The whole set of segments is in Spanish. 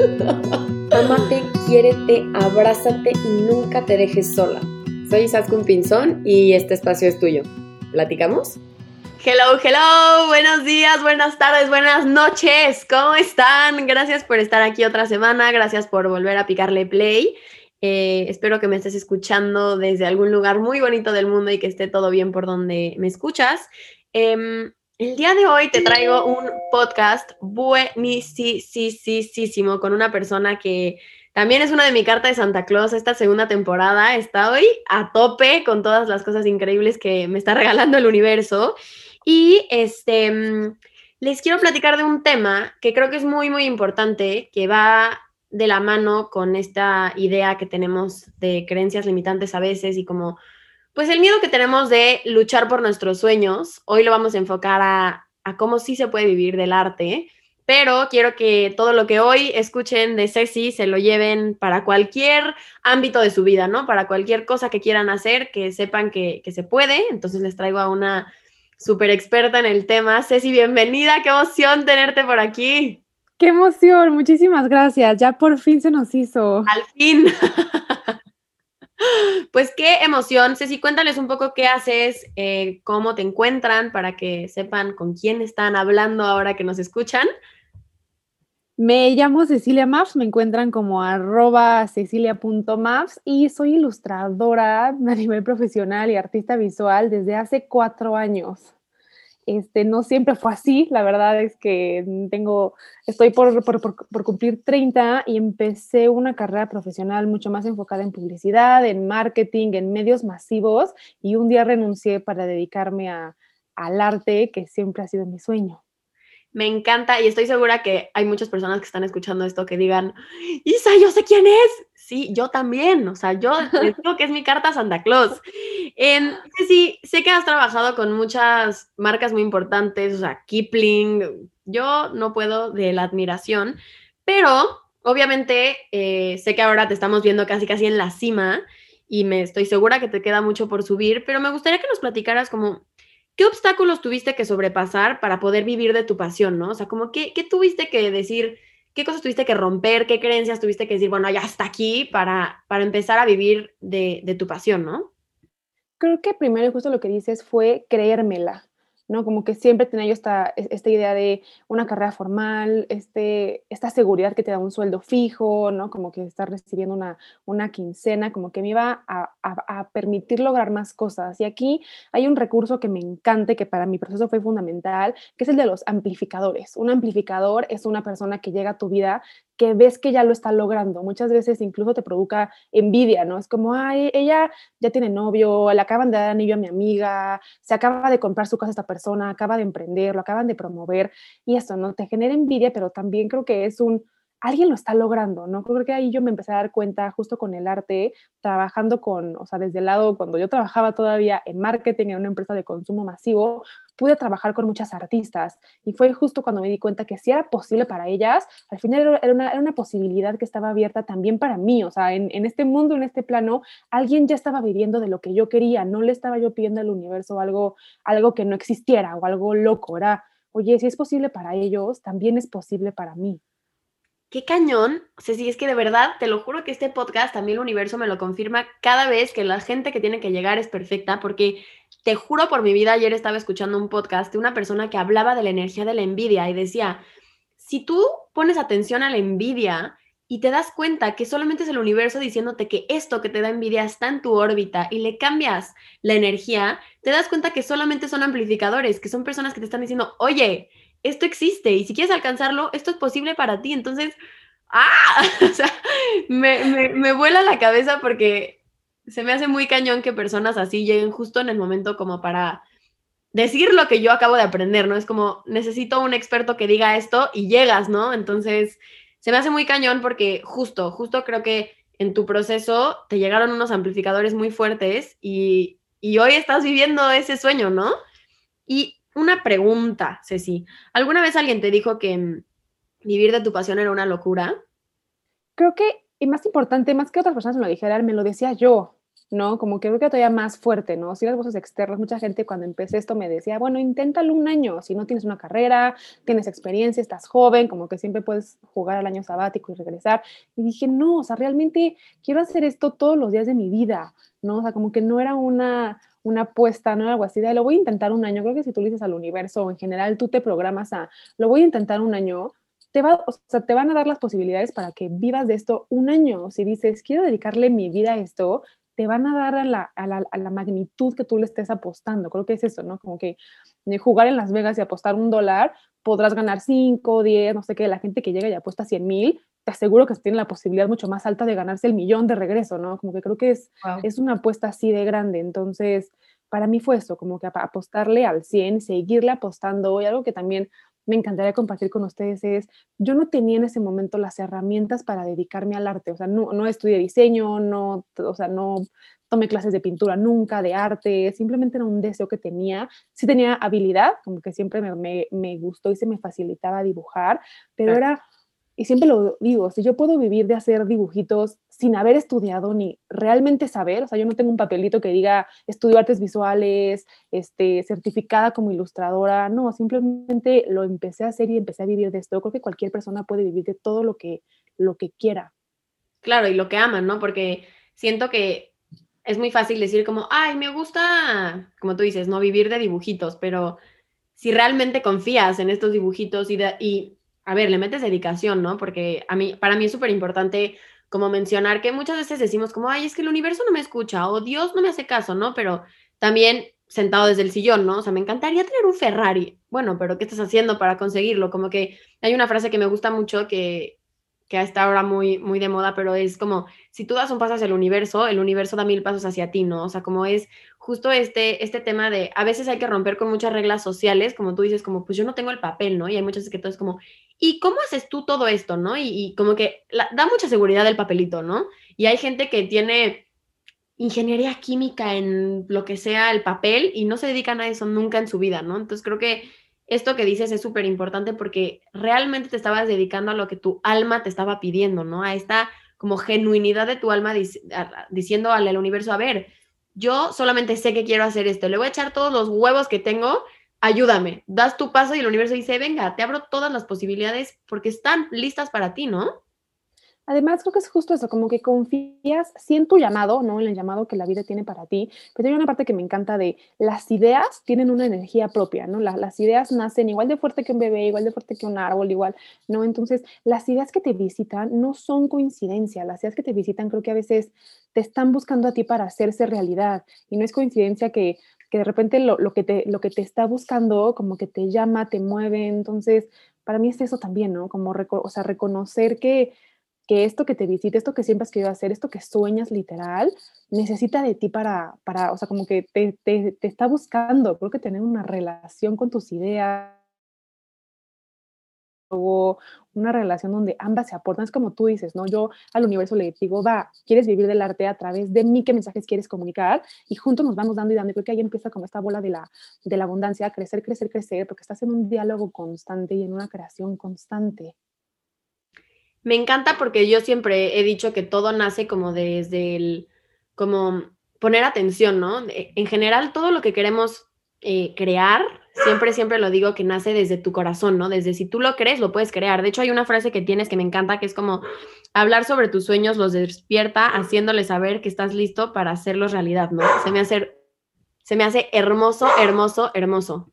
Ámate, quiérete, abrázate y nunca te dejes sola. Soy Izaskun Pinzón y este espacio es tuyo. ¿Platicamos? Hello, hello, buenos días, buenas tardes, buenas noches, ¿cómo están? Gracias por estar aquí otra semana, gracias por volver a picarle play. Espero que me estés escuchando desde algún lugar muy bonito del mundo y que esté todo bien por donde me escuchas. El día de hoy te traigo un podcast buenísimo con una persona que también es una de mi carta de Santa Claus esta segunda temporada. Está hoy a tope con todas las cosas increíbles que me está regalando el universo. Y les quiero platicar de un tema que creo que es muy, muy importante, que va de la mano con esta idea que tenemos de creencias limitantes a veces y como, pues el miedo que tenemos de luchar por nuestros sueños. Hoy lo vamos a enfocar a cómo sí se puede vivir del arte, pero quiero que todo lo que hoy escuchen de Ceci se lo lleven para cualquier ámbito de su vida, ¿no? Para cualquier cosa que quieran hacer, que sepan que se puede. Entonces les traigo a una súper experta en el tema. Ceci, bienvenida, qué emoción tenerte por aquí. ¡Qué emoción! Muchísimas gracias. Ya por fin se nos hizo. Al fin. Pues qué emoción. Ceci, cuéntales un poco qué haces, cómo te encuentran para que sepan con quién están hablando ahora que nos escuchan. Me llamo Cecilia Maps, me encuentran como @cecilia.maps y soy ilustradora a nivel profesional y artista visual desde hace 4 años. No siempre fue así, la verdad es que estoy por cumplir 30 y empecé una carrera profesional mucho más enfocada en publicidad, en marketing, en medios masivos, y un día renuncié para dedicarme al arte, que siempre ha sido mi sueño. Me encanta y estoy segura que hay muchas personas que están escuchando esto que digan, Isa, yo sé quién es. Sí, yo también. O sea, yo les digo que es mi carta Santa Claus. Sí, sé que has trabajado con muchas marcas muy importantes, o sea, Kipling. Yo no puedo de la admiración, pero obviamente sé que ahora te estamos viendo casi casi en la cima y me estoy segura que te queda mucho por subir, pero me gustaría que nos platicaras como ¿qué obstáculos tuviste que sobrepasar para poder vivir de tu pasión, no? O sea, como qué tuviste que decir, qué cosas tuviste que romper, qué creencias tuviste que decir, bueno, ya hasta aquí para empezar a vivir de tu pasión, ¿no? Creo que primero, justo lo que dices, fue creérmela, ¿no? Como que siempre tenía yo esta idea de una carrera formal, esta seguridad que te da un sueldo fijo, ¿no? Como que estar recibiendo una quincena, como que me iba a permitir lograr más cosas. Y aquí hay un recurso que me encanta y que para mi proceso fue fundamental, que es el de los amplificadores. Un amplificador es una persona que llega a tu vida que ves que ya lo está logrando. Muchas veces incluso te provoca envidia, ¿no? Es como, ay, ella ya tiene novio, le acaban de dar anillo a mi amiga, se acaba de comprar su casa esta persona, acaba de emprender, lo acaban de promover, y eso, ¿no? Te genera envidia, pero también creo que alguien lo está logrando, ¿no? Creo que ahí yo me empecé a dar cuenta justo con el arte, trabajando o sea, desde el lado, cuando yo trabajaba todavía en marketing en una empresa de consumo masivo, pude trabajar con muchas artistas y fue justo cuando me di cuenta que si era posible para ellas, al final era una posibilidad que estaba abierta también para mí, o sea, en este mundo, en este plano, alguien ya estaba viviendo de lo que yo quería, no le estaba yo pidiendo al universo algo que no existiera o algo loco, era, oye, si es posible para ellos, también es posible para mí. Qué cañón. O sea, sí, es que de verdad, te lo juro que este podcast, también el universo me lo confirma cada vez que la gente que tiene que llegar es perfecta, porque te juro por mi vida, ayer estaba escuchando un podcast de una persona que hablaba de la energía de la envidia y decía, si tú pones atención a la envidia y te das cuenta que solamente es el universo diciéndote que esto que te da envidia está en tu órbita y le cambias la energía, te das cuenta que solamente son amplificadores, que son personas que te están diciendo, oye, esto existe y si quieres alcanzarlo, esto es posible para ti. Entonces, o sea, me vuela la cabeza porque se me hace muy cañón que personas así lleguen justo en el momento como para decir lo que yo acabo de aprender, ¿no? Es como, necesito un experto que diga esto y llegas, ¿no? Entonces, se me hace muy cañón porque justo creo que en tu proceso te llegaron unos amplificadores muy fuertes y hoy estás viviendo ese sueño, ¿no? Y una pregunta, Ceci, ¿alguna vez alguien te dijo que vivir de tu pasión era una locura? Creo que, y más importante, más que otras personas me lo dijeran, me lo decía yo. ¿no? Como que creo que todavía más fuerte, ¿no? Sí, las voces externas, mucha gente cuando empecé esto me decía, bueno, inténtalo un año, si no tienes una carrera, tienes experiencia, estás joven, como que siempre puedes jugar al año sabático y regresar. Y dije, no, o sea, realmente quiero hacer esto todos los días de mi vida, ¿no? O sea, como que no era una apuesta, no era algo así de, lo voy a intentar un año. Creo que si tú le dices al universo o en general tú te programas a, lo voy a intentar un año, o sea, te van a dar las posibilidades para que vivas de esto un año. Si dices, quiero dedicarle mi vida a esto, te van a dar a la magnitud que tú le estés apostando. Creo que es eso, ¿no? Como que jugar en Las Vegas y apostar $1, podrás ganar 5, 10, no sé qué. La gente que llega y apuesta 100,000, te aseguro que tiene la posibilidad mucho más alta de ganarse el millón de regreso, ¿no? Como que creo que Wow. es una apuesta así de grande. Entonces, para mí fue eso, como que apostarle al 100, seguirle apostando. Y algo que también me encantaría compartir con ustedes es, yo no tenía en ese momento las herramientas para dedicarme al arte, o sea, no estudié diseño, no, o sea, no tomé clases de pintura nunca, de arte, simplemente era un deseo que tenía. Sí tenía habilidad, como que siempre me gustó y se me facilitaba dibujar, pero era, y siempre lo digo, si yo puedo vivir de hacer dibujitos sin haber estudiado ni realmente saber, o sea, yo no tengo un papelito que diga estudio artes visuales, certificada como ilustradora, no, simplemente lo empecé a hacer y empecé a vivir de esto. Creo que cualquier persona puede vivir de todo lo que quiera. Claro, y lo que aman, ¿no? Porque siento que es muy fácil decir como, ay, me gusta, como tú dices, no vivir de dibujitos, pero si realmente confías en estos dibujitos y a ver, le metes dedicación, ¿no? Porque para mí es súper importante como mencionar que muchas veces decimos como, ay, es que el universo no me escucha o Dios no me hace caso, ¿no? Pero también sentado desde el sillón, ¿no? O sea, me encantaría tener un Ferrari. Bueno, pero ¿qué estás haciendo para conseguirlo? Como que hay una frase que me gusta mucho que está ahora muy, muy de moda, pero es como, si tú das un paso hacia el universo da 1000 pasos hacia ti, ¿no? O sea, como es justo este tema de, a veces hay que romper con muchas reglas sociales, como tú dices, como, pues yo no tengo el papel, ¿no? Y hay muchas veces que todo es como, ¿y cómo haces tú todo esto, no? Y como que da mucha seguridad el papelito, ¿no? Y hay gente que tiene ingeniería química en lo que sea el papel y no se dedican a eso nunca en su vida, ¿no? Entonces creo que esto que dices es súper importante porque realmente te estabas dedicando a lo que tu alma te estaba pidiendo, ¿no? A esta como genuinidad de tu alma diciendo al universo, a ver, yo solamente sé que quiero hacer esto, le voy a echar todos los huevos que tengo, ayúdame, das tu paso y el universo dice, venga, te abro todas las posibilidades porque están listas para ti, ¿no? Además, creo que es justo eso, como que confías sí en tu llamado, ¿no? En el llamado que la vida tiene para ti, pero hay una parte que me encanta de las ideas tienen una energía propia, ¿no? Las ideas nacen igual de fuerte que un bebé, igual de fuerte que un árbol, igual, ¿no? Entonces, las ideas que te visitan no son coincidencia, las ideas que te visitan creo que a veces te están buscando a ti para hacerse realidad y no es coincidencia que de repente lo que te está buscando como que te llama, te mueve, entonces, para mí es eso también, ¿no? Como o sea, reconocer que esto que te visita, esto que siempre has querido hacer, esto que sueñas literal, necesita de ti para o sea, como que te está buscando. Creo que tener una relación con tus ideas, o una relación donde ambas se aportan, es como tú dices, ¿no? Yo al universo le digo, va, ¿quieres vivir del arte a través de mí? ¿Qué mensajes quieres comunicar? Y juntos nos vamos dando y dando. Y creo que ahí empieza como esta bola de la abundancia, a crecer, crecer, crecer, porque estás en un diálogo constante y en una creación constante. Me encanta porque yo siempre he dicho que todo nace como desde como poner atención, ¿no? En general, todo lo que queremos crear, siempre, siempre lo digo que nace desde tu corazón, ¿no? Desde si tú lo crees, lo puedes crear. De hecho, hay una frase que tienes que me encanta, que es como hablar sobre tus sueños los despierta, haciéndoles saber que estás listo para hacerlos realidad, ¿no? Se me hace hermoso, hermoso, hermoso.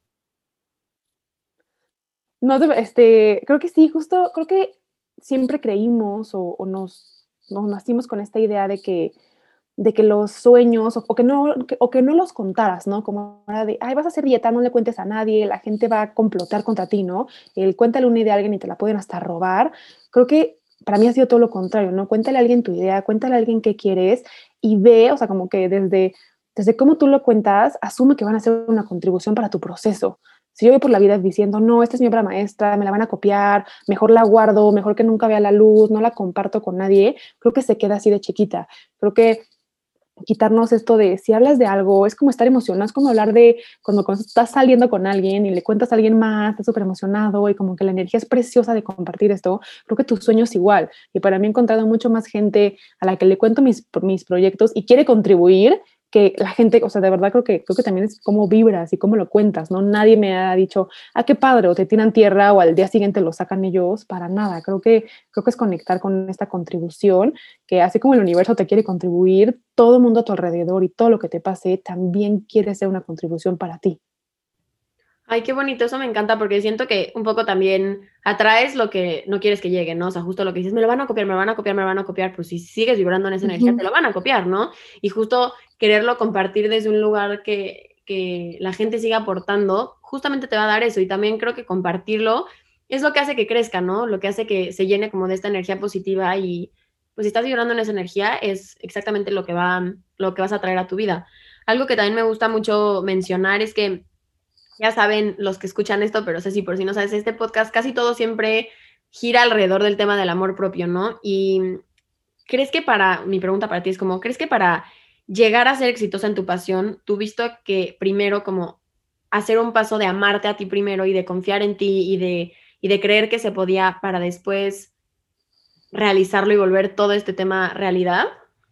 No, creo que sí, justo, creo que siempre creímos o nos nacimos con esta idea de que los sueños, o que no los contaras, ¿no? Como era de, ay, vas a hacer dieta, no le cuentes a nadie, la gente va a complotar contra ti, ¿no? El cuéntale una idea a alguien y te la pueden hasta robar. Creo que para mí ha sido todo lo contrario, ¿no? Cuéntale a alguien tu idea, cuéntale a alguien qué quieres y ve, o sea, como que desde cómo tú lo cuentas, asume que van a hacer una contribución para tu proceso. Si yo voy por la vida diciendo, no, esta es mi obra maestra, me la van a copiar, mejor la guardo, mejor que nunca vea la luz, no la comparto con nadie, creo que se queda así de chiquita. Creo que quitarnos esto de, si hablas de algo, es como estar emocionado, es como hablar de cuando estás saliendo con alguien y le cuentas a alguien más, estás súper emocionado y como que la energía es preciosa de compartir esto. Creo que tu sueño es igual. Y para mí he encontrado mucho más gente a la que le cuento mis proyectos y quiere contribuir, que la gente, o sea, de verdad creo que también es cómo vibras y cómo lo cuentas, ¿no? Nadie me ha dicho, ah, qué padre, o te tiran tierra o al día siguiente lo sacan ellos, para nada. Creo que es conectar con esta contribución, que así como el universo te quiere contribuir, todo el mundo a tu alrededor y todo lo que te pase también quiere ser una contribución para ti. Ay, qué bonito, eso me encanta porque siento que un poco también atraes lo que no quieres que llegue, ¿no? O sea, justo lo que dices, me lo van a copiar, me lo van a copiar, me lo van a copiar, pues si sigues vibrando en esa energía, te lo van a copiar, ¿no? Y justo quererlo compartir desde un lugar que la gente siga aportando, justamente te va a dar eso. Y también creo que compartirlo es lo que hace que crezca, ¿no? Lo que hace que se llene como de esta energía positiva y pues si estás vibrando en esa energía es exactamente lo que vas a traer a tu vida. Algo que también me gusta mucho mencionar es que ya saben los que escuchan esto, pero sé si por si no sabes, este podcast casi todo siempre gira alrededor del tema del amor propio, ¿no? Y crees que mi pregunta para ti es como, ¿crees que para llegar a ser exitosa en tu pasión, tú visto que primero como hacer un paso de amarte a ti primero y de confiar en ti y de creer que se podía para después realizarlo y volver todo este tema realidad?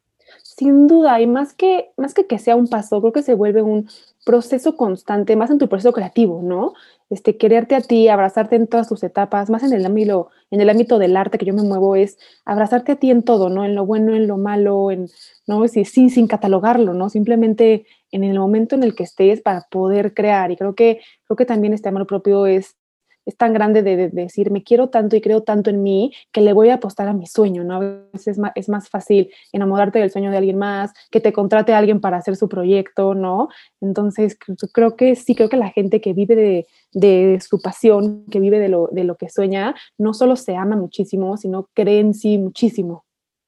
Sin duda, y más que sea un paso, creo que se vuelve un proceso constante, más en tu proceso creativo, ¿no? Quererte a ti, abrazarte en todas tus etapas, más en el ámbito del arte que yo me muevo, es abrazarte a ti en todo, ¿no? En lo bueno, en lo malo, ¿no? Sí, sí, sin catalogarlo, ¿no? Simplemente en el momento en el que estés para poder crear. Y creo que también este amor propio es tan grande de decir, me quiero tanto y creo tanto en mí que le voy a apostar a mi sueño, ¿no? A veces es más fácil enamorarte del sueño de alguien más, que te contrate a alguien para hacer su proyecto, ¿no? Entonces, creo que sí, creo que la gente que vive de su pasión, que vive de lo que sueña, no solo se ama muchísimo, sino cree en sí muchísimo.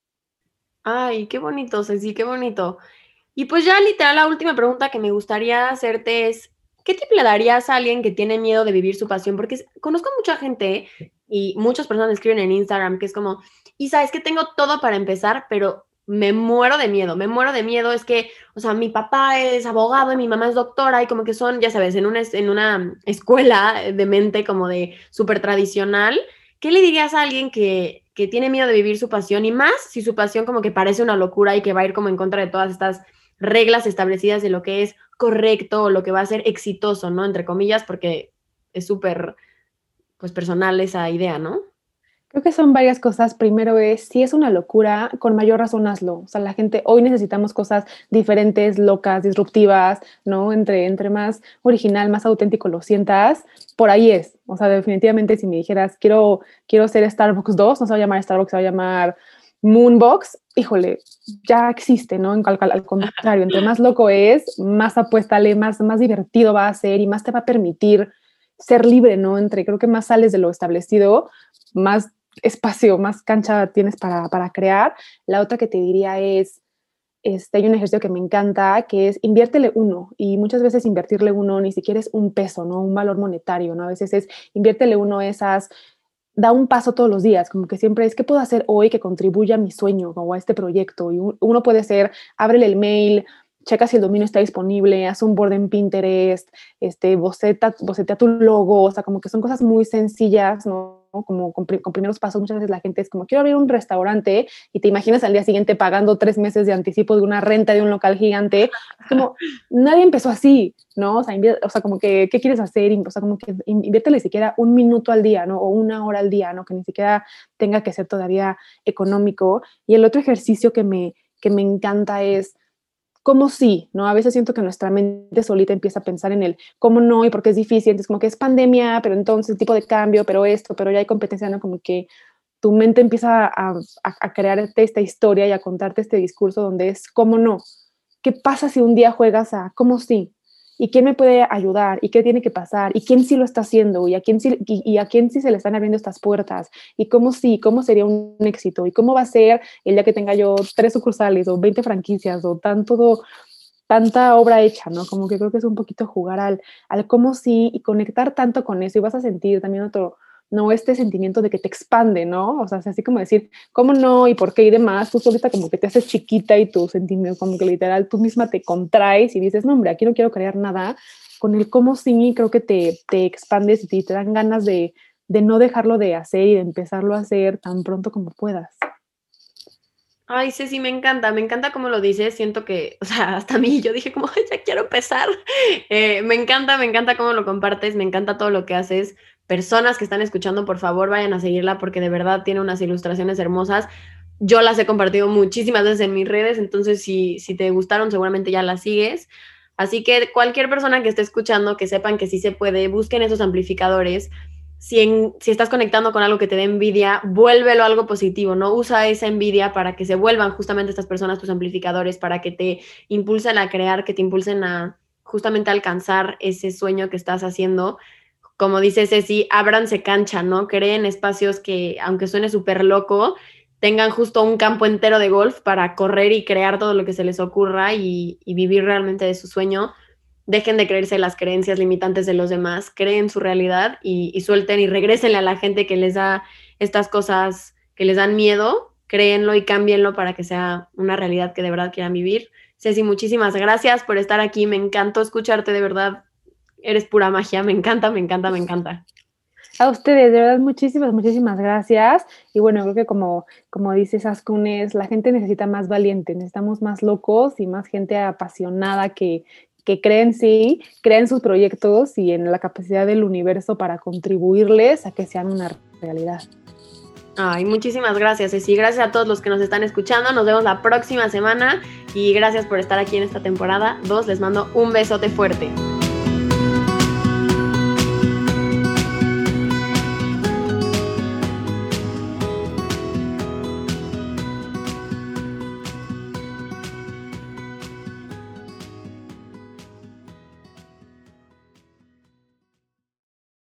Ay, qué bonito, Ceci, qué bonito. Y pues ya literal la última pregunta que me gustaría hacerte es, ¿qué tip le darías a alguien que tiene miedo de vivir su pasión? Porque conozco mucha gente y muchas personas me escriben en Instagram que es como, Isa, es que tengo todo para empezar, pero me muero de miedo, es que, o sea, mi papá es abogado y mi mamá es doctora y como que son, ya sabes, en una escuela de mente como de súper tradicional. ¿Qué le dirías a alguien que tiene miedo de vivir su pasión y más si su pasión como que parece una locura y que va a ir como en contra de todas estas reglas establecidas de lo que es correcto o lo que va a ser exitoso, ¿no? Entre comillas, porque es súper, pues, personal esa idea, ¿no? Creo que son varias cosas. Primero es, si es una locura, con mayor razón hazlo. O sea, la gente, hoy necesitamos cosas diferentes, locas, disruptivas, ¿no? Entre más original, más auténtico lo sientas, por ahí es. O sea, definitivamente si me dijeras, quiero ser Starbucks 2, no se va a llamar Starbucks, se va a llamar Moonbox, híjole, ya existe, ¿no? Al contrario, entre más loco es, más apuéstale, más divertido va a ser y más te va a permitir ser libre, ¿no? Creo que más sales de lo establecido, más espacio, más cancha tienes para crear. La otra que te diría es, hay un ejercicio que me encanta, que es inviértele uno, y muchas veces invertirle uno ni siquiera es un peso, ¿no? Un valor monetario, ¿no? A veces es inviértele uno da un paso todos los días, como que siempre es, ¿qué puedo hacer hoy que contribuya a mi sueño o a este proyecto? Y uno puede ser, ábrele el mail, checa si el dominio está disponible, haz un board en Pinterest, bocetea tu logo, o sea, como que son cosas muy sencillas, ¿no? Como con primeros pasos, muchas veces la gente es como, quiero abrir un restaurante y te imaginas al día siguiente pagando 3 meses de anticipo de una renta de un local gigante. Es como, nadie empezó así, ¿no? O sea, como que, ¿qué quieres hacer? O sea, como que inviértele siquiera un minuto al día, ¿no? O una hora al día, ¿no? Que ni siquiera tenga que ser todavía económico. Y el otro ejercicio que me encanta es, cómo sí, ¿no? A veces siento que nuestra mente solita empieza a pensar en el cómo no y por qué es difícil, entonces como que es pandemia, pero entonces tipo de cambio, pero esto, pero ya hay competencia, ¿no? Como que tu mente empieza a crearte esta historia y a contarte este discurso donde es cómo no. ¿Qué pasa si un día juegas a cómo sí? ¿Y quién me puede ayudar? ¿Y qué tiene que pasar? ¿Y quién sí lo está haciendo? ¿Y a quién sí se le están abriendo estas puertas? ¿Y cómo sí? ¿Cómo sería un éxito? ¿Y cómo va a ser el día que tenga yo 3 sucursales o 20 franquicias o tanta obra hecha, ¿no? Como que creo que es un poquito jugar al cómo sí y conectar tanto con eso y vas a sentir también ¿no? Este sentimiento de que te expande, ¿no? O sea, así como decir, ¿cómo no? ¿Y por qué? Y demás, tú solita como que te haces chiquita y tu sentimiento, como que literal, tú misma te contraes y dices, no, hombre, aquí no quiero crear nada. Con el cómo sí, creo que te expandes y te dan ganas de no dejarlo de hacer y de empezarlo a hacer tan pronto como puedas. Ay, Ceci, me encanta cómo lo dices, siento que, o sea, hasta a mí, yo dije como, ay, ya quiero empezar. Me encanta cómo lo compartes, me encanta todo lo que haces. Personas que están escuchando, por favor, vayan a seguirla porque de verdad tiene unas ilustraciones hermosas. Yo las he compartido muchísimas veces en mis redes, entonces si te gustaron, seguramente ya las sigues. Así que cualquier persona que esté escuchando, que sepan que sí se puede, busquen esos amplificadores. Si estás conectando con algo que te dé envidia, vuélvelo algo positivo, ¿no? Usa esa envidia para que se vuelvan justamente estas personas tus amplificadores, para que te impulsen a crear, que te impulsen a justamente alcanzar ese sueño que estás haciendo. Como dice Ceci, ábranse cancha, ¿no? Creen espacios que, aunque suene súper loco, tengan justo un campo entero de golf para correr y crear todo lo que se les ocurra y vivir realmente de su sueño. Dejen de creerse las creencias limitantes de los demás, creen su realidad y suelten y regrésenle a la gente que les da estas cosas que les dan miedo, créenlo y cámbienlo para que sea una realidad que de verdad quieran vivir. Ceci, muchísimas gracias por estar aquí, me encantó escucharte, de verdad, eres pura magia, me encanta. A ustedes, de verdad, muchísimas gracias. Y bueno, creo que como dices, Ascunes, la gente necesita más valiente, necesitamos más locos y más gente apasionada que creen sus proyectos y en la capacidad del universo para contribuirles a que sean una realidad. Ay, muchísimas gracias, Ceci. Gracias a todos los que nos están escuchando. Nos vemos la próxima semana y gracias por estar aquí en esta temporada 2. Les mando un besote fuerte.